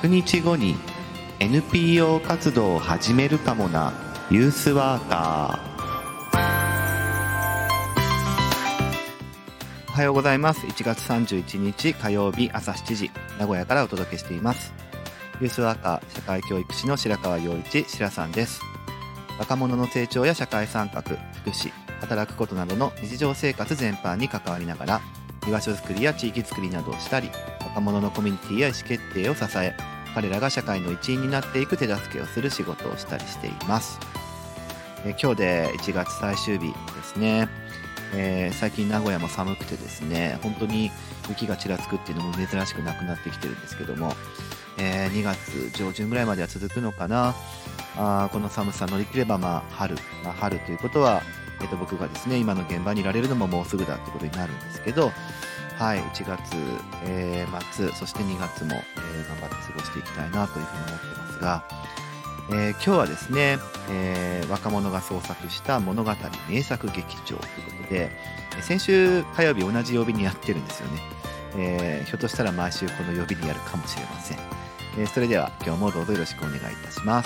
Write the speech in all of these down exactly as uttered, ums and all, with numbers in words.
ひゃくにちごに エヌピーオー 活動を始めるかもなユースワーカー。おはようございます。いちがつさんじゅういちにち火曜日朝しちじ、名古屋からお届けしています。ユースワーカー社会教育士の白川陽一白さんです。若者の成長や社会参画、福祉、働くことなどの日常生活全般に関わりながら、居場所づくりや地域づくりなどをしたり、若者のコミュニティや意思決定を支え、彼らが社会の一員になっていく手助けをする仕事をしたりしています。え今日でいちがつ最終日ですね。えー、最近名古屋も寒くてですね、本当に雪がちらつくっていうのも珍しくなくなってきてるんですけども、えー、にがつじょうじゅんぐらいまでは続くのかな。あこの寒さ乗り切れば、まあ春、まあ、春ということは、えー、と僕がですね今の現場にいられるのももうすぐだってことになるんですけど、はい、いちがつ、えー、末そしてにがつも、えー、頑張って過ごしていきたいなというふうに思ってますが、えー、今日はですね、えー、若者が創作した物語名作劇場ということで、先週火曜日同じ曜日にやってるんですよね。えー、ひょっとしたら毎週この曜日にやるかもしれません。えー、それでは今日もどうぞよろしくお願いいたします。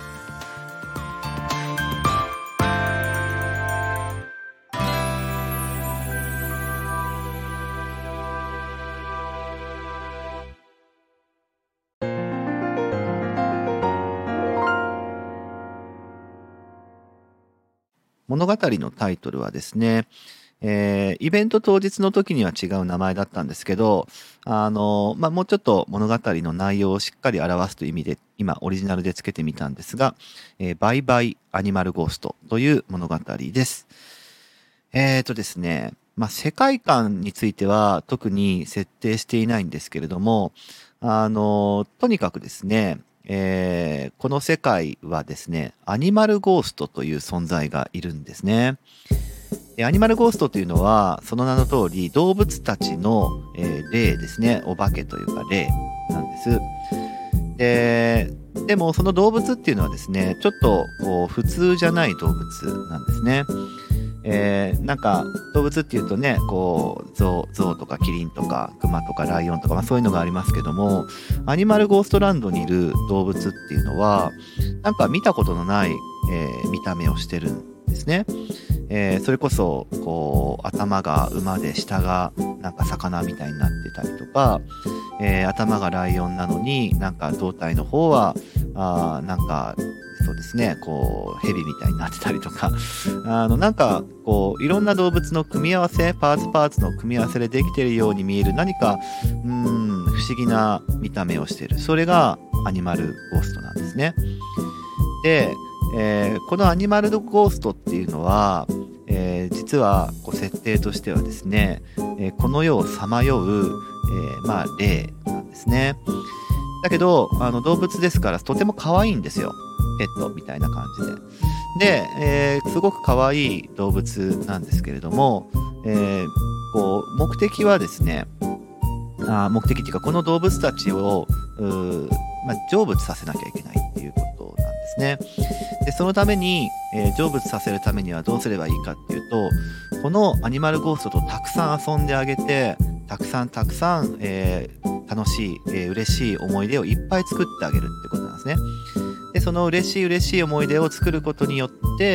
物語のタイトルはですね、えー、イベント当日の時には違う名前だったんですけど、あの、まあ、もうちょっと物語の内容をしっかり表すという意味で、今オリジナルでつけてみたんですが、えー、バイバイアニマルゴーストという物語です。えーとですね、まあ、世界観については特に設定していないんですけれども、あの、とにかくですね、えーこの世界はですね、アニマルゴーストという存在がいるんですね。でアニマルゴーストというのは、その名の通り動物たちの、えー霊ですね。お化けというか霊なんです。で、でもその動物っていうのはですね、ちょっとこう普通じゃない動物なんですね。えーなんか動物っていうとね、こうゾウ、ゾウとかキリンとかクマとかライオンとか、まあ、そういうのがありますけども、アニマルゴーストランドにいる動物っていうのはなんか見たことのない、えー見た目をしてるんですね。えーそれこそこう頭が馬で下がなんか魚みたいになってたりとか、えー頭がライオンなのになんか胴体の方はあーなんかそうですね、こうヘビみたいになってたりとか、あのなんかこういろんな動物の組み合わせ、パーツパーツの組み合わせでできているように見える何かうーん不思議な見た目をしている、それがアニマルゴーストなんですね。で、えーこのアニマルゴーストっていうのは、えー実はこう設定としてはですね、えーこの世をさまよう、えーまあ霊なんですね。だけどあの動物ですからとても可愛いんですよ。ペットみたいな感じで。で、えーすごく可愛い動物なんですけれども、えーこう目的はですね、あ目的っていうかこの動物たちをうー、まあ、成仏させなきゃいけないっていうことなんですね。でそのために、えー成仏させるためにはどうすればいいかっていうと、このアニマルゴーストとたくさん遊んであげて、たくさんたくさん、えー楽しい、えー嬉しい思い出をいっぱい作ってあげるってことなんですね。でその嬉しい嬉しい思い出を作ることによって、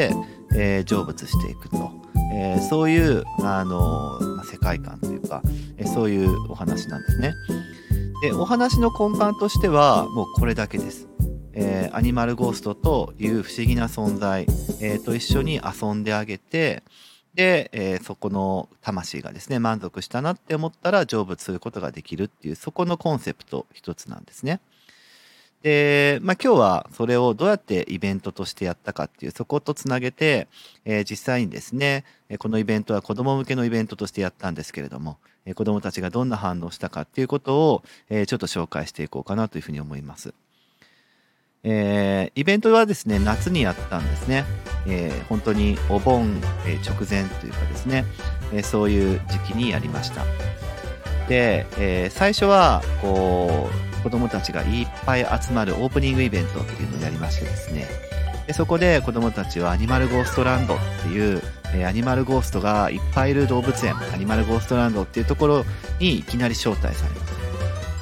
えー成仏していくと、えーそういうあの、まあ、世界観というか、えーそういうお話なんですね。でお話の根幹としてはもうこれだけです。えーアニマルゴーストという不思議な存在、えーと一緒に遊んであげて、で、えーそこの魂がですね満足したなって思ったら成仏することができるっていう、そこのコンセプト一つなんですね。で、まあ、今日はそれをどうやってイベントとしてやったかっていう、そことつなげて、えー実際にですね、えーこのイベントは子ども向けのイベントとしてやったんですけれども、えー子どもたちがどんな反応をしたかっていうことを、えーちょっと紹介していこうかなというふうに思います。えーイベントはですね夏にやったんですね。えー本当にお盆、えー直前というかですね、えーそういう時期にやりました。で、えー最初はこう子どもたちがいっぱい集まるオープニングイベントっていうのをやりましてですね、でそこで子どもたちはアニマルゴーストランドっていう、えーアニマルゴーストがいっぱいいる動物園、アニマルゴーストランドっていうところにいきなり招待されます。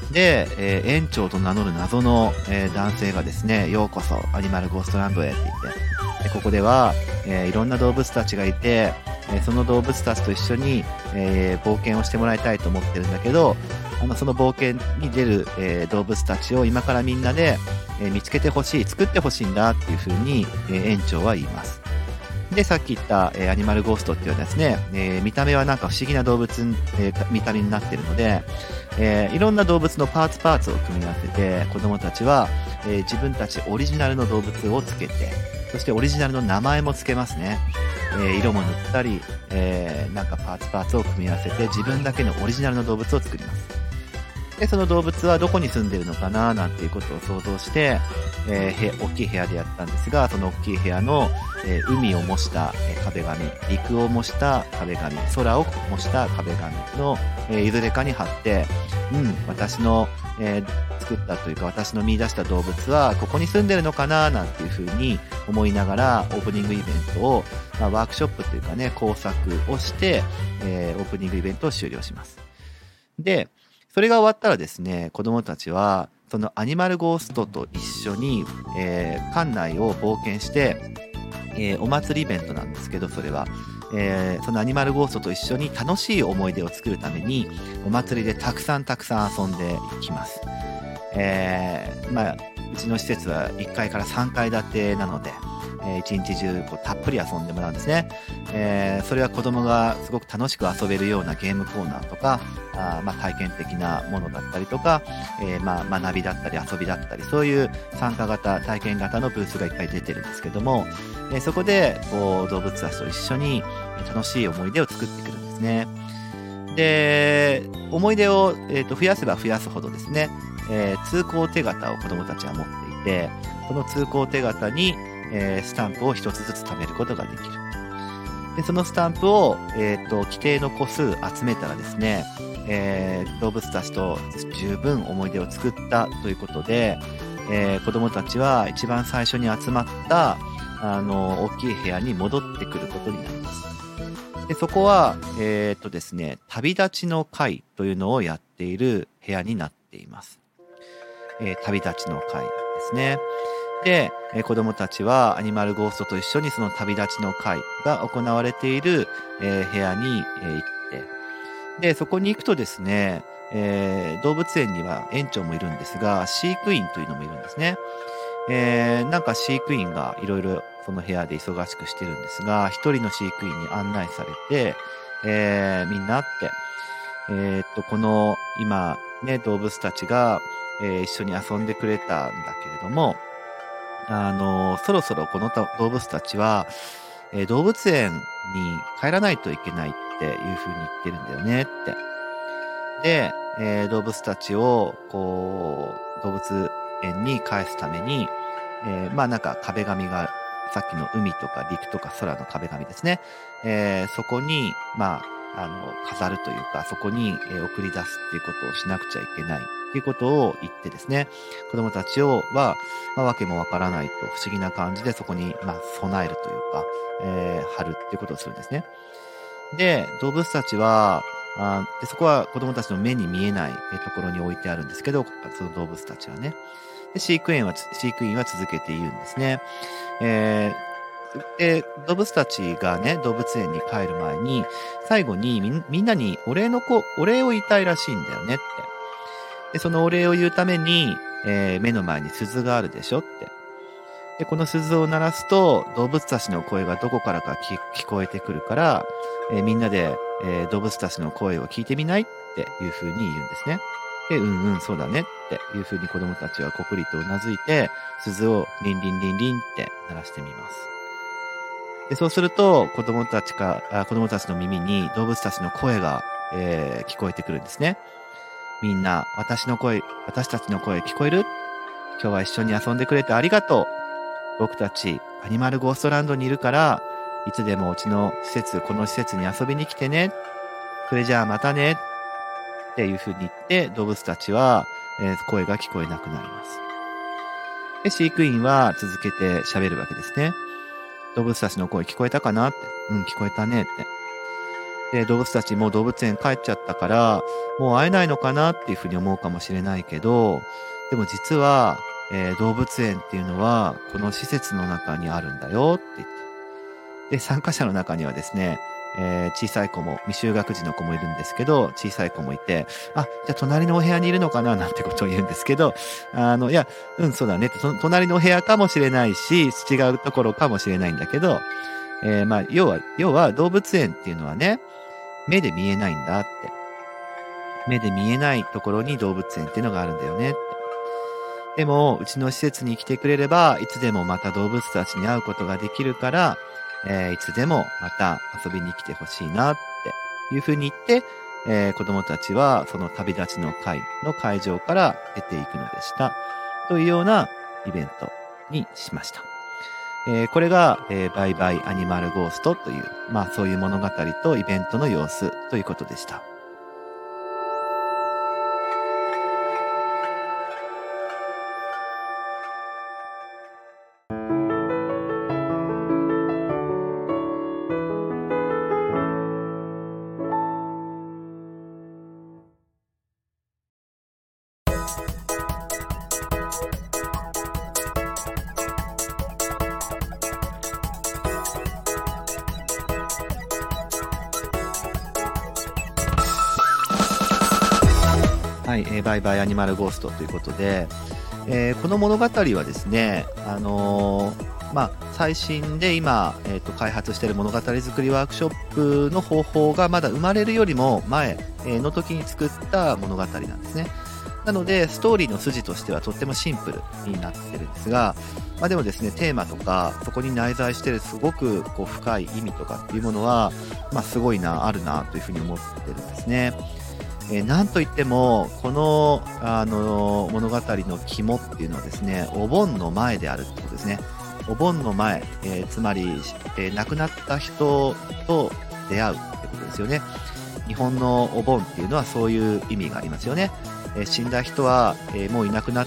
で、えー園長と名乗る謎の、えー男性がですね、ようこそアニマルゴーストランドへって言って、でここでは、えーいろんな動物たちがいて、えーその動物たちと一緒に、えー冒険をしてもらいたいと思ってるんだけど、あのその冒険に出る、えー動物たちを今からみんなで、えー見つけてほしい、作ってほしいんだっていうふうに、えー園長は言います。で、さっき言った、えーアニマルゴーストっていうのはですね、えー見た目はなんか不思議な動物、えー見た目になってるので、えーいろんな動物のパーツパーツを組み合わせて、子供たちは、えー自分たちオリジナルの動物をつけて、そしてオリジナルの名前もつけますね。えー色も塗ったり、えーなんかパーツパーツを組み合わせて、自分だけのオリジナルの動物を作ります。で、その動物はどこに住んでるのかななんていうことを想像して、えーへ大きい部屋でやったんですが、その大きい部屋の、えー海を模した、えー壁紙、陸を模した壁紙、空を模した壁紙の、えーいずれかに貼って、うん、私の、えー作ったというか私の見出した動物はここに住んでるのかななんていうふうに思いながらオープニングイベントを、まあ、ワークショップというかね、工作をして、えーオープニングイベントを終了します。で、それが終わったらですね、子供たちはそのアニマルゴーストと一緒に、えー館内を冒険して、えーお祭りイベントなんですけど、それは、えーそのアニマルゴーストと一緒に楽しい思い出を作るためにお祭りでたくさんたくさん遊んでいきます。えーまあ、うちの施設はいっかいからさんがい建てなので、えー一日中こうたっぷり遊んでもらうんですね。えーそれは子供がすごく楽しく遊べるようなゲームコーナーとか、あーまあ、体験的なものだったりとか、えーまあ、学びだったり遊びだったり、そういう参加型、体験型のブースがいっぱい出てるんですけども、えーそこでこう動物たちと一緒に楽しい思い出を作ってくるんですね。で、思い出を、えーと増やせば増やすほどですね、えー通行手形を子供たちは持っていて、その通行手形に、えースタンプを一つずつ貯めることができる。で、そのスタンプを、えーと規定の個数集めたらですね、えー動物たちと十分思い出を作ったということで、えー子供たちは一番最初に集まったあの大きい部屋に戻ってくることになります。で、そこは、えーっとですね、旅立ちの会というのをやっている部屋になっています。えー旅立ちの会ですね。で、えー子供たちはアニマルゴーストと一緒にその旅立ちの会が行われている、えー部屋に、えー行って、で、そこに行くとですね、えー動物園には園長もいるんですが、飼育員というのもいるんですね。えーなんか飼育員がいろいろその部屋で忙しくしてるんですが、一人の飼育員に案内されて、えーみんなって、えーっと、この今ね、動物たちが、えー一緒に遊んでくれたんだけれども、あの、そろそろこのた動物たちは、えー動物園に帰らないといけないっていうふうに言ってるんだよねって。で、えー動物たちを、こう、動物園に返すために、えーまあなんか壁紙が、さっきの海とか陸とか空の壁紙ですね。えーそこに、まあ、あの、飾るというか、そこに、えー送り出すっていうことをしなくちゃいけないっていうことを言ってですね、子供たちをは、まあ、わけもわからないと不思議な感じでそこに、まあ、備えるというか、えー貼るっていうことをするんですね。で、動物たちは、あでそこは子供たちの目に見えないえところに置いてあるんですけど、その動物たちはね。で飼育員はつ、飼育員は続けて言うんですね。えーで、動物たちがね、動物園に帰る前に、最後にみんみんなにお礼のこ、お礼を言いたいらしいんだよねって。で、そのお礼を言うために、えー目の前に鈴があるでしょって。で、この鈴を鳴らすと、動物たちの声がどこからか聞聞こえてくるから、えーみんなで、えー動物たちの声を聞いてみないっていう風に言うんですね。で、うんうん、そうだねっていう風に子供たちはこくりとうなずいて、鈴をリンリンリンリンって鳴らしてみます。で、そうすると、子供たちか、あ子供たちの耳に動物たちの声が、えー聞こえてくるんですね。みんな、私の声、私たちの声聞こえる？今日は一緒に遊んでくれてありがとう。僕たち、アニマルゴーストランドにいるから、いつでもうちの施設、この施設に遊びに来てね。それじゃあまたね。っていう風に言って、動物たちは、えー声が聞こえなくなります。で、飼育員は続けて喋るわけですね。動物たちの声聞こえたかなって。うん、聞こえたねって。 で、動物たちも動物園帰っちゃったから、もう会えないのかなっていうふうに思うかもしれないけど、でも実は、えー動物園っていうのは、この施設の中にあるんだよって言って。で、参加者の中にはですね、えー小さい子も、未就学児の子もいるんですけど、小さい子もいて、あ、じゃあ隣のお部屋にいるのかななんてことを言うんですけど、あの、いや、うん、そうだねって、その隣のお部屋かもしれないし、違うところかもしれないんだけど、えーまあ、要は、要は動物園っていうのはね、目で見えないんだって。目で見えないところに動物園っていうのがあるんだよねって。でも、うちの施設に来てくれれば、いつでもまた動物たちに会うことができるから、えーいつでもまた遊びに来てほしいなっていうふうに言って、えー子供たちはその旅立ちの会の会場から出ていくのでした。というようなイベントにしました。えーこれが、えーバイバイアニマルゴーストという、まあそういう物語とイベントの様子ということでした。はい、えーバイバイアニマルゴーストということで、えーこの物語はですね、あのーまあ、最新で今、えーと開発している物語作りワークショップの方法がまだ生まれるよりも前えーの時に作った物語なんですね。なので、ストーリーの筋としてはとってもシンプルになってるんですが、まあ、でもですね、テーマとか、そこに内在しているすごくこう深い意味とかっていうものは、まあ、すごいな、あるなというふうに思ってるんですね。えーなんといっても、この、あの物語の肝っていうのはですね、お盆の前であるってことですね。お盆の前、えーつまり、えー亡くなった人と出会うってことですよね。日本のお盆っていうのはそういう意味がありますよね。えー死んだ人は、えーもういなくなって、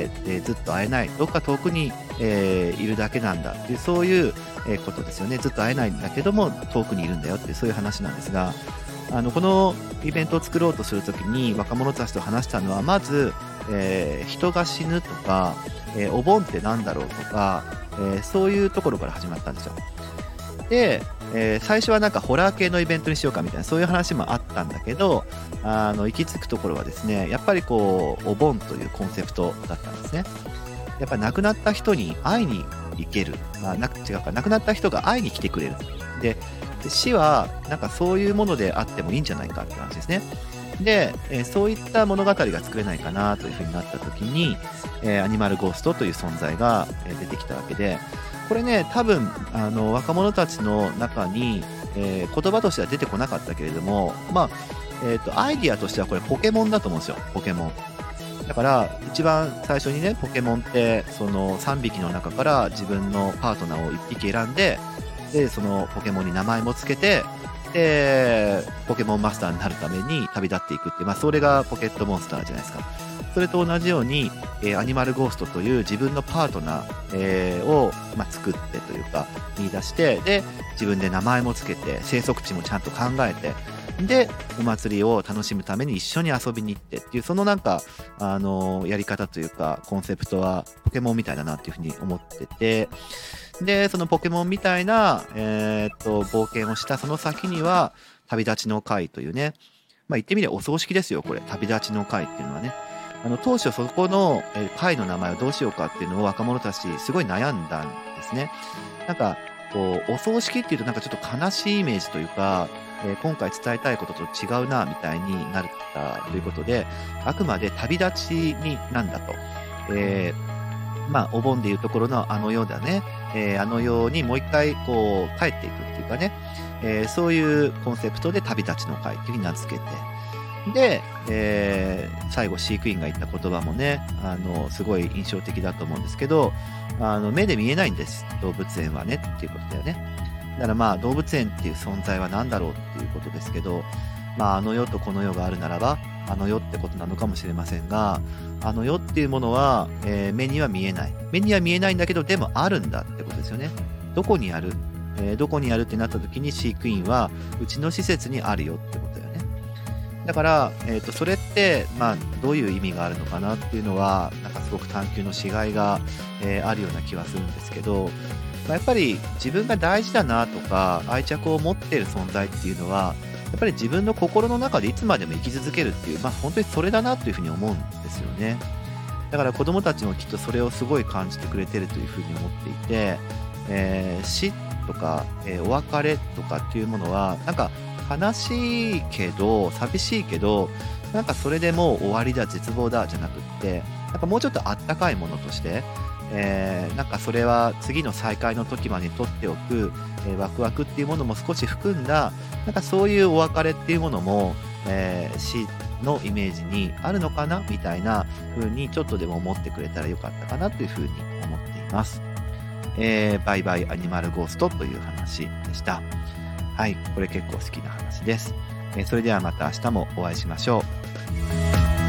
えーずっと会えない。どっか遠くに、えーいるだけなんだっていう、そういう、えーことですよね。ずっと会えないんだけども、遠くにいるんだよっていう、そういう話なんですが、あの、このイベントを作ろうとするときに若者たちと話したのは、まず、えー人が死ぬとか、えーお盆ってなんだろうとか、えーそういうところから始まったんですよ。で、えー最初はなんかホラー系のイベントにしようかみたいな、そういう話もあったんだけど、あの、行き着くところはですね、やっぱりこう、お盆というコンセプトだったんですね。やっぱり亡くなった人に会いに行ける。あ、な違うか、亡くなった人が会いに来てくれる。で、で死は、なんかそういうものであってもいいんじゃないかって話ですね。で、えーそういった物語が作れないかなというふうになった時に、えーアニマルゴーストという存在がえー出てきたわけで、これね、多分、あの、若者たちの中に、えー言葉としては出てこなかったけれども、まあ、えっと、アイディアとしてはこれポケモンだと思うんですよ、ポケモン。だから一番最初にね、ポケモンってそのさんびきの中から自分のパートナーをいっぴき選んで、でそのポケモンに名前もつけて、でポケモンマスターになるために旅立っていくっていう、まあ、それがポケットモンスターじゃないですか。それと同じように、えーアニマルゴーストという自分のパートナー、えーを、まあ、作ってというか見出して、で自分で名前もつけて生息地もちゃんと考えて、でお祭りを楽しむために一緒に遊びに行ってっていう、そのなんか、あのーやり方というかコンセプトはポケモンみたいだなっていうふうに思ってて、でそのポケモンみたいな、えーっと冒険をしたその先には旅立ちの会というね、まあ言ってみればお葬式ですよ、これ。旅立ちの会っていうのはね。あの当初そこの、えー会の名前をどうしようかっていうのを若者たちすごい悩んだんですね。なんかこうお葬式っていうとなんかちょっと悲しいイメージというか、えー今回伝えたいことと違うなみたいになったということで、あくまで旅立ちになんだと。えーまあお盆でいうところのあの世だね、えーあの世にもう一回こう帰っていくっていうかね、えーそういうコンセプトで旅立ちの会っていうふうに名付けて、で、えー最後飼育員が言った言葉もね、あのすごい印象的だと思うんですけど、あの目で見えないんです動物園はねっていうことだよね。だからまあ動物園っていう存在は何だろうっていうことですけど、まああの世とこの世があるならばあの世ってことなのかもしれませんが、あの世っていうものは、えー目には見えない目には見えないんだけど、でもあるんだってことですよね。どこにあるっえーどこにやるってなった時に飼育員はうちの施設にあるよってことだよね。だから、えー、とそれって、まあ、どういう意味があるのかなっていうのはなんかすごく探求のしがいが、えーあるような気はするんですけど、まあ、やっぱり自分が大事だなとか愛着を持っている存在っていうのはやっぱり自分の心の中でいつまでも生き続けるっていう、まあ、本当にそれだなというふうに思うんですよね。だから子どもたちもきっとそれをすごい感じてくれてるというふうに思っていて、えー死とか、えーお別れとかっていうものはなんか悲しいけど寂しいけどなんかそれでもう終わりだ絶望だじゃなくってなんかもうちょっとあったかいものとして、えーなんかそれは次の再会の時までに取っておく、えーワクワクっていうものも少し含んだなんかそういうお別れっていうものも、えー死のイメージにあるのかなみたいな風にちょっとでも思ってくれたらよかったかなという風に思っています。えーバイバイアニマルゴーストという話でした。はい、これ結構好きな話です。えーそれではまた明日もお会いしましょう。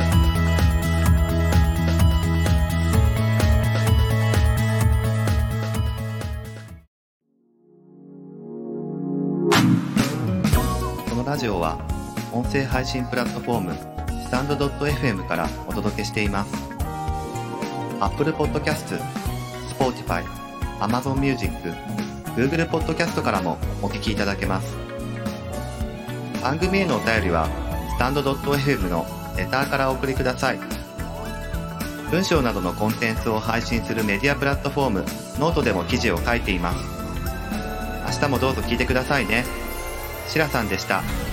このラジオは音声配信プラットフォームスタンド ドットエフエム からお届けしています。Apple Podcast、Spotify、Amazon Music、Google Podcast からもお聞きいただけます。番組へのお便りはスタンド ドットエフエム のレターからお送りください。文章などのコンテンツを配信するメディアプラットフォームノートでも記事を書いています。明日もどうぞ聞いてくださいね。しらさんでした。